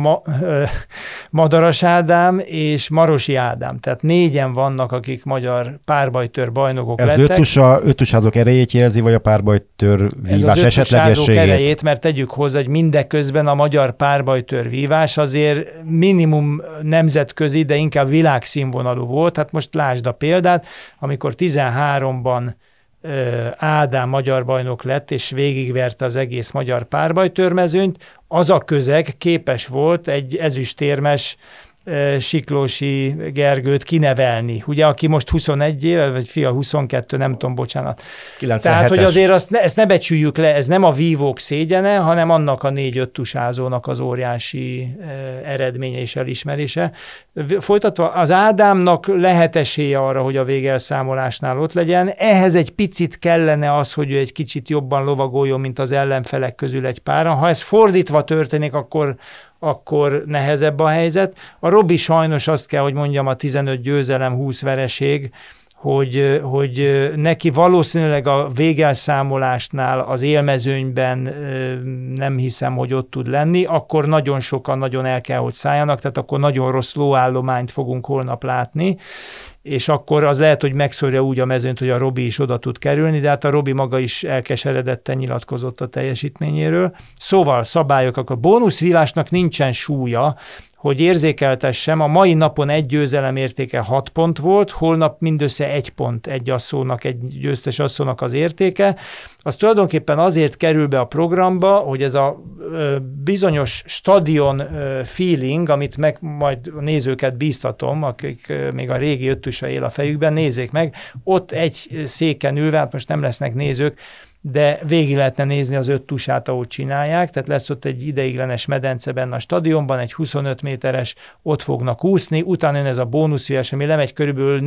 Madaras Ádám és Marosi Ádám. Tehát 4-en vannak, akik magyar párbajtőr bajnokok lettek. Ez öttusázók erejét jelzi, vagy a párbajtőr vívás esetlegességét? Ez az erejét, mert tegyük hozzá, hogy mindeközben a magyar párbajtőr vívás azért minimum nemzetközi, de inkább világszínvonalú volt. Hát most lásd a példát, amikor 13-ban Ádám magyar bajnok lett, és végigverte az egész magyar párbajtőrmezőnyt, az a közeg képes volt egy ezüstérmes Siklósi Gergőt kinevelni. Ugye, aki most 21 éve, vagy fia 22, nem tudom, bocsánat. 97-es. Tehát, hogy azért ezt ne becsüljük le, ez nem a vívók szégyene, hanem annak a 4-5 tusázónak az óriási eredménye és elismerése. Folytatva, az Ádámnak lehet esélye arra, hogy a végelszámolásnál ott legyen. Ehhez egy picit kellene az, hogy ő egy kicsit jobban lovagoljon, mint az ellenfelek közül egy páran. Ha ez fordítva történik, akkor nehezebb a helyzet. A Robi sajnos azt kell, hogy mondjam, a 15 győzelem, 20 vereség, hogy neki valószínűleg a végelszámolásnál az élmezőnyben nem hiszem, hogy ott tud lenni, akkor nagyon sokan nagyon el kell, hogy szálljanak, tehát akkor nagyon rossz lóállományt fogunk holnap látni, és akkor az lehet, hogy megszorja úgy a mezőnyt, hogy a Robi is oda tud kerülni, de hát a Robi maga is elkeseredetten nyilatkozott a teljesítményéről. Szóval szabályok, akkor a bónuszvívásnak nincsen súlya, hogy érzékeltessem, a mai napon egy győzelem értéke 6 pont volt, holnap mindössze 1 pont egy győztes asszónak az értéke. Az tulajdonképpen azért kerül be a programba, hogy ez a bizonyos stadion feeling, amit majd a nézőket bíztatom, akik még a régi öttusa él a fejükben, nézzék meg, ott egy széken ülve, hát most nem lesznek nézők, de végig lehetne nézni az 5 tusát, ahogy csinálják, tehát lesz ott egy ideiglenes medence benne a stadionban, egy 25 méteres, ott fognak úszni, utána jön ez a bónuszviás, ami lemegy körülbelül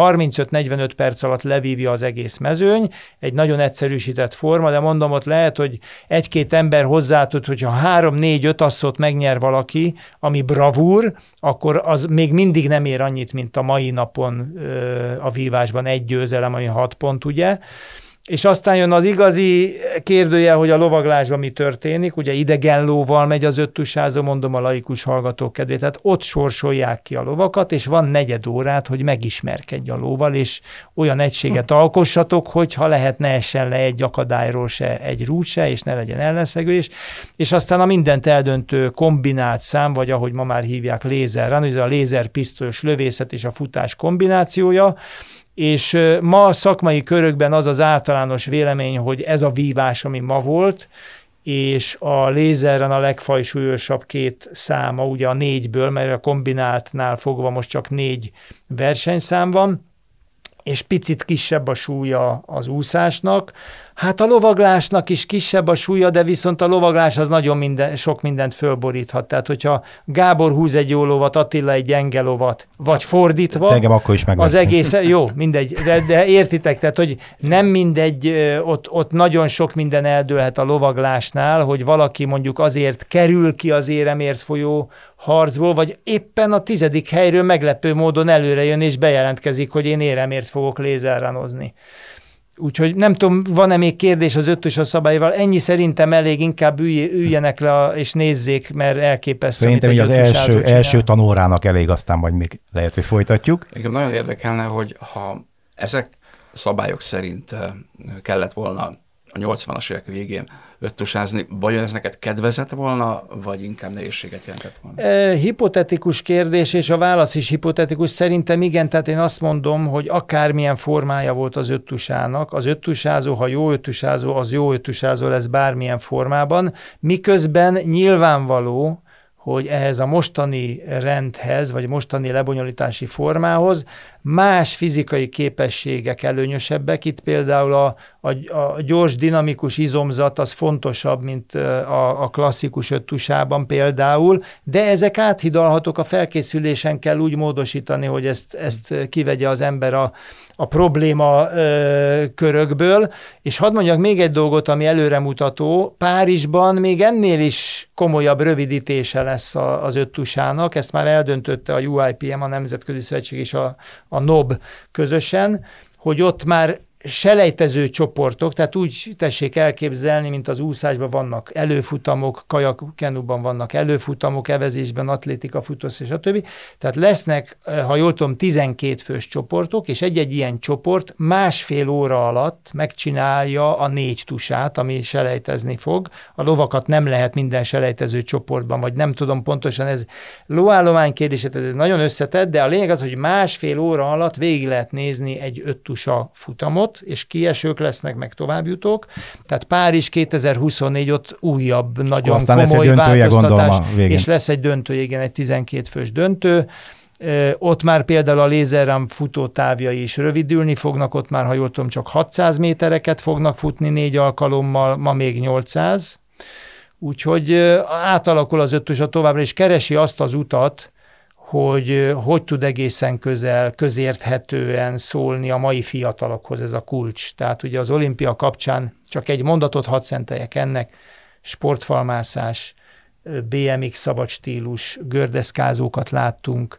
35-45 perc alatt levívja az egész mezőny, egy nagyon egyszerűsített forma, de mondom, ott lehet, hogy egy-két ember hozzá tud, hogyha 3-4-5 asszot megnyer valaki, ami bravúr, akkor az még mindig nem ér annyit, mint a mai napon a vívásban egy győzelem, ami 6 pont, ugye? És aztán jön az igazi kérdője, hogy a lovaglásban mi történik. Ugye idegen lóval megy az 5 tusázó, mondom a laikus hallgatók kedvéért. Tehát ott sorsolják ki a lovakat, és van negyed órát, hogy megismerkedj a lóval, és olyan egységet alkossatok, hogy ha lehet, ne essen le egy akadályról se egy rút se, és ne legyen ellenszegülés. És aztán a mindent eldöntő kombinált szám, vagy ahogy ma már hívják lézerrán, ez a lézerpisztolyos lövészet és a futás kombinációja, és ma a szakmai körökben az az általános vélemény, hogy ez a vívás, ami ma volt, és a lézeren a legfajsúlyosabb 2 száma, ugye a 4-ből, mert a kombináltnál fogva most csak 4 versenyszám van, és picit kisebb a súlya az úszásnak. Hát a lovaglásnak is kisebb a súlya, de viszont a lovaglás az nagyon sok mindent fölboríthat. Tehát, hogyha Gábor húz egy jó lovat, Attila egy gyenge lovat, vagy fordítva, engem akkor is az egész, jó, mindegy, de értitek, tehát, hogy nem mindegy, ott nagyon sok minden eldőlhet a lovaglásnál, hogy valaki mondjuk azért kerül ki az éremért folyó harcból, vagy éppen a 10. helyről meglepő módon előre jön és bejelentkezik, hogy én éremért fogok lézerranozni. Úgyhogy nem tudom, van-e még kérdés az 5-ös a szabályával? Ennyi szerintem elég, inkább üljenek le és nézzék, mert elképesztő. Szerintem így az első tanórának elég, aztán majd még lehet, hogy folytatjuk. Engem nagyon érdekelne, hogy ha ezek szabályok szerint kellett volna a 80-as évek végén 5 tusázni, vajon ez neked kedvezett volna, vagy inkább nehézséget jelentett volna? Hipotetikus kérdés, és a válasz is hipotetikus. Szerintem igen, tehát én azt mondom, hogy akármilyen formája volt az 5 tusának, az 5 tusázó, ha jó 5 tusázó, az jó 5 tusázó lesz bármilyen formában, miközben nyilvánvaló, hogy ehhez a mostani rendhez, vagy mostani lebonyolítási formához más fizikai képességek előnyösebbek. Itt például a gyors, dinamikus izomzat az fontosabb, mint a klasszikus 5 tusában például, de ezek áthidalhatók, a felkészülésen kell úgy módosítani, hogy ezt kivegye az ember a probléma körökből. És hadd mondjak még egy dolgot, ami előremutató. Párizsban még ennél is komolyabb rövidítése lesz az 5 tusának. Ezt már eldöntötte a UIPM, a Nemzetközi Szövetség és a NOB közösen, hogy ott már selejtező csoportok, tehát úgy tessék elképzelni, mint az úszásban vannak előfutamok, kajakkenúban vannak előfutamok, evezésben, atlétika, futósz és a többi. Tehát lesznek, ha jól tudom, 12 fős csoportok, és egy-egy ilyen csoport 1,5 óra alatt megcsinálja a 4 tusát, ami selejtezni fog. A lovakat nem lehet minden selejtező csoportban, vagy nem tudom pontosan, ez lóállomány kérdés, ez nagyon összetett, de a lényeg az, hogy 1,5 óra alatt végig lehet nézni egy 5 tusa futamot, és kiesők lesznek, meg továbbjutók. Tehát Párizs 2024 ott újabb, nagyon aztán komoly változtatás, és lesz egy döntő, igen, egy 12 fős döntő. Ott már például a lézerrám futótávjai is rövidülni fognak, ott már, ha jól tudom, csak 600 métereket fognak futni 4 alkalommal, ma még 800. Úgyhogy átalakul az 5 tusa továbbra, és keresi azt az utat, hogy tud egészen közérthetően szólni a mai fiatalokhoz ez a kulcs. Tehát ugye az olimpia kapcsán csak egy mondatot hadd szenteljek ennek, sportfalmászás, BMX szabad stílus, gördeszkázókat láttunk,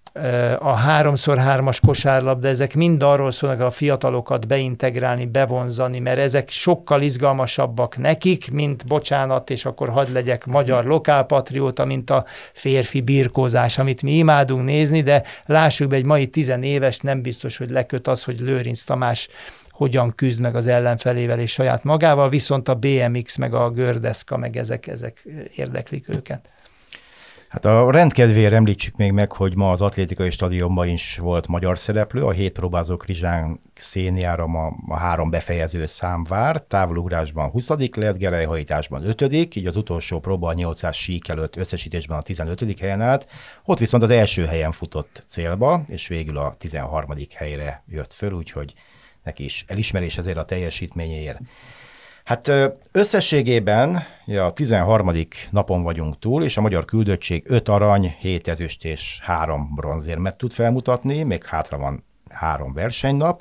a 3x3-as kosárlabda, ezek mind arról szólnak, a fiatalokat beintegrálni, bevonzani, mert ezek sokkal izgalmasabbak nekik, mint, bocsánat, és akkor hadd legyek magyar lokálpatrióta, mint a férfi birkózás, amit mi imádunk nézni, de lássuk be, egy mai 10 éves nem biztos, hogy leköt az, hogy Lőrinc Tamás hogyan küzd meg az ellenfelével és saját magával, viszont a BMX, meg a gördeszka, meg ezek érdeklik őket. Hát a rendkedvéért említsük még meg, hogy ma az atlétikai stadionban is volt magyar szereplő, a 7 próbázók Rizsán szénjára ma a 3 befejező szám vár, távolugrásban 20. lett, gerelyhajításban 5., így az utolsó próba a 800 sík előtt összesítésben a 15. helyen állt, ott viszont az első helyen futott célba, és végül a 13. helyre jött föl, úgyhogy neki is elismerés ezért a teljesítményéért. Hát összességében a 13. napon vagyunk túl, és a magyar küldöttség 5 arany, 7 ezüst és 3 bronzérmet tud felmutatni, még hátra van 3 versenynap.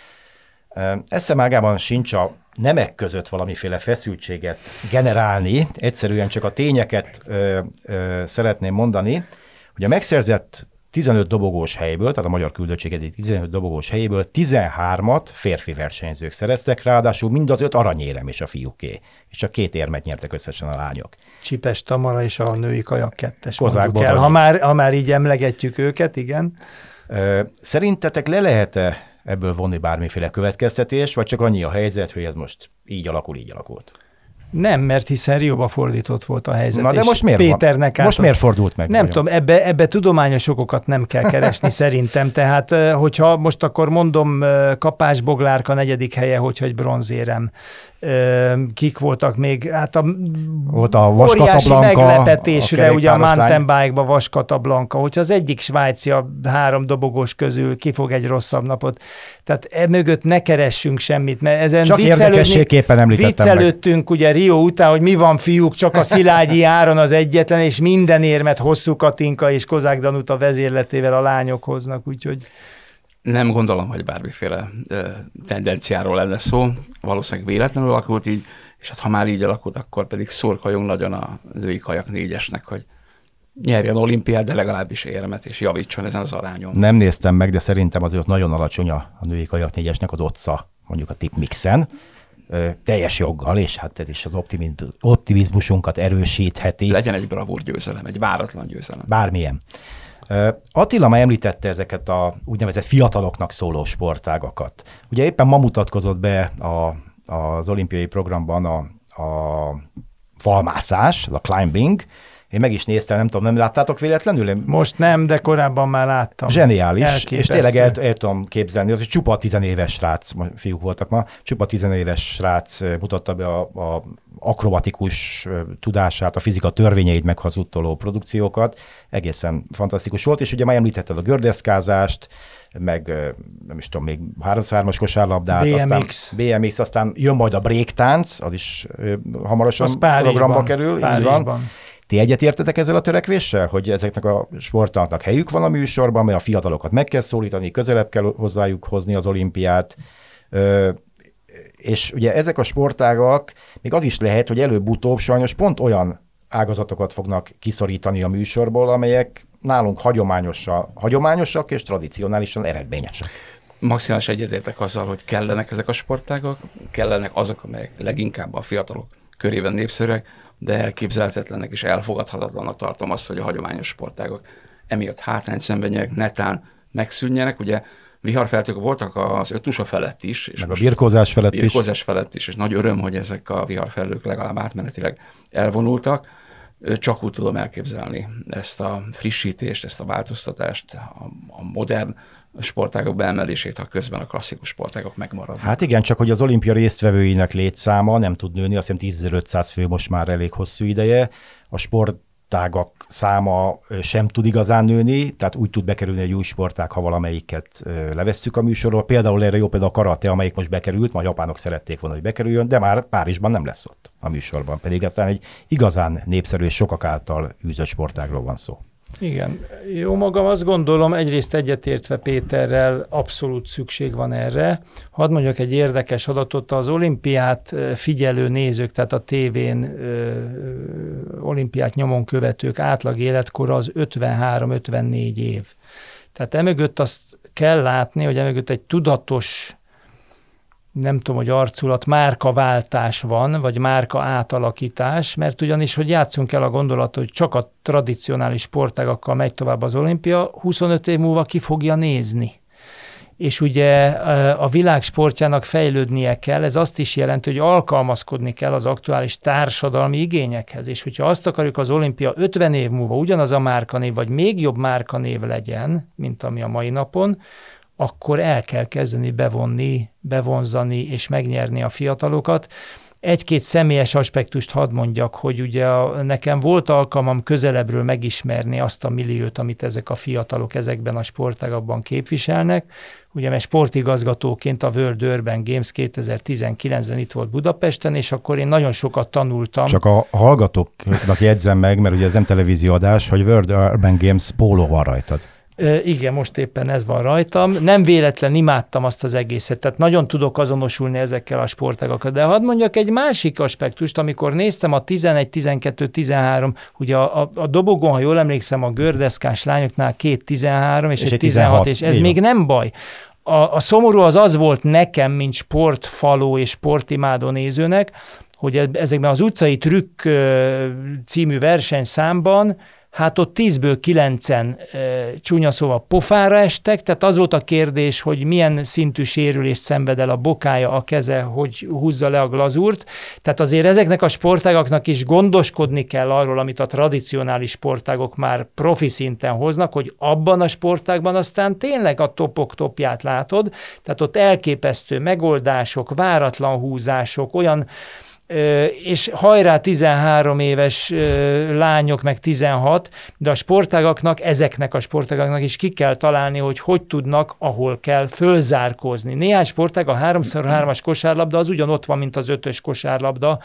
Eszemágában sincs a nemek között valamiféle feszültséget generálni, egyszerűen csak a tényeket szeretném mondani, hogy a megszerzett 15 dobogós helyből, tehát a magyar küldöttség eddig 15 dobogós helyéből 13-at férfi versenyzők szereztek, ráadásul mind az 5 aranyérem és a fiúké, és csak 2 érmet nyertek összesen a lányok. Csipes Tamara és a női kajak 2-es Kozák mondjuk el, ha már így emlegetjük őket, igen. Szerintetek le lehet-e ebből vonni bármiféle következtetés, vagy csak annyi a helyzet, hogy ez most így alakul, így alakult? Nem, mert hiszen Rióba fordított volt a helyzet. Na de most miért Péternek most miért fordult meg? Nem tudom, ebbe tudományos okokat nem kell keresni szerintem. Tehát, hogyha most akkor mondom, Kapás Boglárka 4. helye, hogyha egy bronzérem. Kik voltak még? Hát volt a óriási meglepetésre, ugye a mountain bike-ba Vaskata Blanka, hogyha az egyik svájci a 3 dobogós közül kifog egy rosszabb napot. Tehát mögött ne keressünk semmit, mert ezen csak érdekességképpen említettem viccelődtünk ugye Rio után, hogy mi van fiúk, csak a Szilágyi Áron az egyetlen, és minden érmet Hosszú Katinka és Kozák Danuta vezérletével a lányok hoznak, úgyhogy... Nem gondolom, hogy bármiféle tendenciáról lenne szó. Valószínűleg véletlenül alakult így, és hát ha már így alakult, akkor pedig szurkoljunk nagyon a női kajak 4-esnek, hogy nyerjen olimpiát, de legalábbis érmet, és javítson ezen az arányon. Nem néztem meg, de szerintem azért nagyon alacsony a női kajak 4-esnek az otca, mondjuk a tipmixen. Teljes joggal, és hát ez is az optimizmusunkat erősítheti. Legyen egy bravúr győzelem, egy váratlan győzelem. Bármilyen. Attila már említette ezeket a úgynevezett fiataloknak szóló sportágakat. Ugye éppen ma mutatkozott be az olimpiai programban a falmászás, a climbing. Én meg is néztem, nem tudom, nem láttátok véletlenül? Most nem, de korábban már láttam. Zseniális, elképesztő. És tényleg el tudom képzelni, hogy csupa 10 éves srác, fiúk voltak ma, csupa 10 éves srác mutatta be a akrobatikus tudását, a fizika törvényeit meghazudtoló produkciókat. Egészen fantasztikus volt, és ugye már említetted a gördeszkázást, meg nem is tudom, még 3x3-as kosárlabdát, BMX, aztán jön majd a breaktánc, az is hamarosan programba kerül. Párizsban. Így van. Ti egyetértetek ezzel a törekvéssel, hogy ezeknek a sportolóknak helyük van a műsorban, mert a fiatalokat meg kell szólítani, közelebb kell hozzájuk hozni az olimpiát, és ugye ezek a sportágak, még az is lehet, hogy előbb-utóbb sajnos pont ágazatokat fognak kiszorítani a műsorból, amelyek nálunk hagyományosak és tradicionálisan eredményesek. Maximális egyetértek azzal, hogy kellenek ezek a sportágak, kellenek azok, amelyek leginkább a fiatalok körében népszerűek, de elképzelhetetlennek és elfogadhatatlannak tartom azt, hogy a hagyományos sportágak emiatt hátrányt szenvedjenek, netán megszűnjenek. Ugye viharfeltők voltak az ötusa felett is. És meg a birkózás felett is, és nagy öröm, hogy ezek a viharfelők legalább átmenetileg elvonultak. Csak úgy tudom elképzelni ezt a frissítést, ezt a változtatást, a modern sportágok beemelését, ha közben a klasszikus sportágok megmaradnak. Hát igen, csak hogy az olimpia résztvevőinek létszáma nem tud nőni, azt hiszem 10.500 fő most már elég hosszú ideje. A sportágak száma sem tud igazán nőni, tehát úgy tud bekerülni egy új sportág, ha valamelyiket levesszük a műsorról. Például erre jó például a karate, amelyik most bekerült, ma a japánok szerették volna, hogy bekerüljön, de már Párizsban nem lesz ott a műsorban. Pedig aztán egy igazán népszerű és sokak által űzött sportágról van szó. Igen. Jó magam azt gondolom, egyrészt egyetértve Péterrel abszolút szükség van erre. Hadd mondjak egy érdekes adatot, az olimpiát figyelő nézők, tehát a tévén olimpiát nyomon követők átlag életkora az 53-54 év. Tehát emögött azt kell látni, hogy emögött egy tudatos, nem tudom, hogy arculat, márkaváltás van, vagy márka átalakítás, mert ugyanis, hogy játszunk el a gondolatot, hogy csak a tradicionális sportágakkal megy tovább az olimpia, 25 év múlva ki fogja nézni. És ugye a világ sportjának fejlődnie kell, ez azt is jelenti, hogy alkalmazkodni kell az aktuális társadalmi igényekhez, és hogyha azt akarjuk, az olimpia 50 év múlva ugyanaz a márkanév, vagy még jobb márkanév legyen, mint ami a mai napon, akkor el kell kezdeni bevonzani és megnyerni a fiatalokat. Egy-két személyes aspektust hadd mondjak, hogy ugye nekem volt alkalmam közelebbről megismerni azt a milliót, amit ezek a fiatalok ezekben a sportágakban képviselnek. Ugye, mert sportigazgatóként a World Urban Games 2019-ben itt volt Budapesten, és akkor én nagyon sokat tanultam. Csak a hallgatóknak jegyzem meg, mert ugye ez nem televízióadás, hogy World Urban Games póló van rajtad. Igen, most éppen ez van rajtam. Nem véletlen imádtam azt az egészet, tehát nagyon tudok azonosulni ezekkel a sportágakkal. De hadd mondjak egy másik aspektust, amikor néztem a 11, 12, 13, ugye a dobogon, ha jól emlékszem, a gördeszkás lányoknál 2 13 és egy 16, és ez még nem baj. A szomorú az volt nekem, mint sportfaló és sportimádó nézőnek, hogy ezekben az utcai trükk című versenyszámban hát ott 10-ből 9-en csúnya szóval pofára estek, tehát az volt a kérdés, hogy milyen szintű sérülést szenved el a bokája, a keze, hogy húzza le a glazúrt. Tehát azért ezeknek a sportágaknak is gondoskodni kell arról, amit a tradicionális sportágok már profi szinten hoznak, hogy abban a sportágban aztán tényleg a topok topját látod, tehát ott elképesztő megoldások, váratlan húzások, olyan és hajrá 13 éves lányok, meg 16, de a sportágaknak, ezeknek a sportágaknak is ki kell találni, hogy tudnak, ahol kell fölzárkózni. Néhány sportág, a 3x3-as kosárlabda az ugyanott van, mint az 5-ös kosárlabda,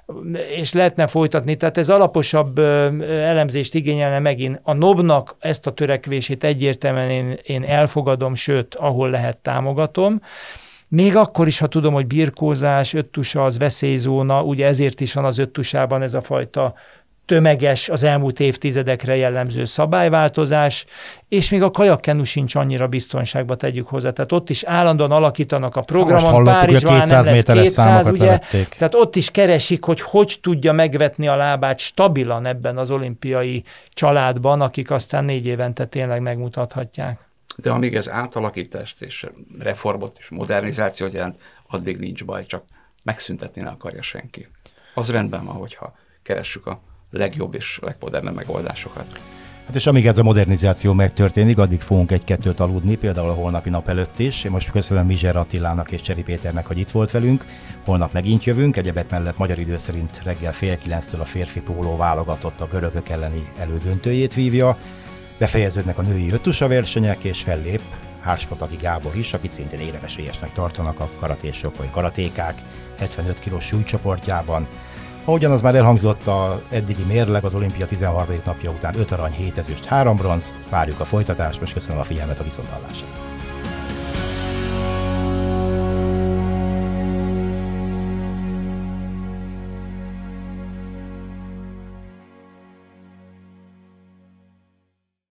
és lehetne folytatni, tehát ez alaposabb elemzést igényelne megint. A NOB-nak ezt a törekvését egyértelműen én elfogadom, sőt, ahol lehet támogatom. Még akkor is, ha tudom, hogy birkózás, öttusa az veszélyzóna, ugye ezért is van az öttusában ez a fajta tömeges, az elmúlt évtizedekre jellemző szabályváltozás, és még a kajakkenu sincs annyira biztonságba, tegyük hozzá. Tehát ott is állandóan alakítanak a programon, Párizsban nem lesz 200, ugye? Tehát ott is keresik, hogy tudja megvetni a lábát stabilan ebben az olimpiai családban, akik aztán 4 évente tényleg megmutathatják. De amíg ez átalakítást és reformot és modernizációt jelent, addig nincs baj, csak megszüntetni ne akarja senki. Az rendben van, hogyha keressük a legjobb és legmodernebb megoldásokat. Hát és amíg ez a modernizáció megtörténik, addig fogunk 1-2-t aludni, például a holnapi nap előtt is. Én most köszönöm Mizser Attilának és Cseri Péternek, hogy itt volt velünk. Holnap megint jövünk, egyebek mellett magyar idő szerint reggel 8:30-től a férfi póló válogatott a görögök elleni elődöntőjét vívja. Befejeződnek a női öttusa versenyek, és fellép Hárspataki Gábor is, akit szintén éremesélyesnek tartanak a karatésok vagy karatékák 75 kilós súlycsoportjában. Ahogyan az már elhangzott, az eddigi mérleg az olimpia 13. napja után 5 arany, 7 ezüst, 3 bronz. Várjuk a folytatást, most köszönöm a figyelmet, a viszonthallásra.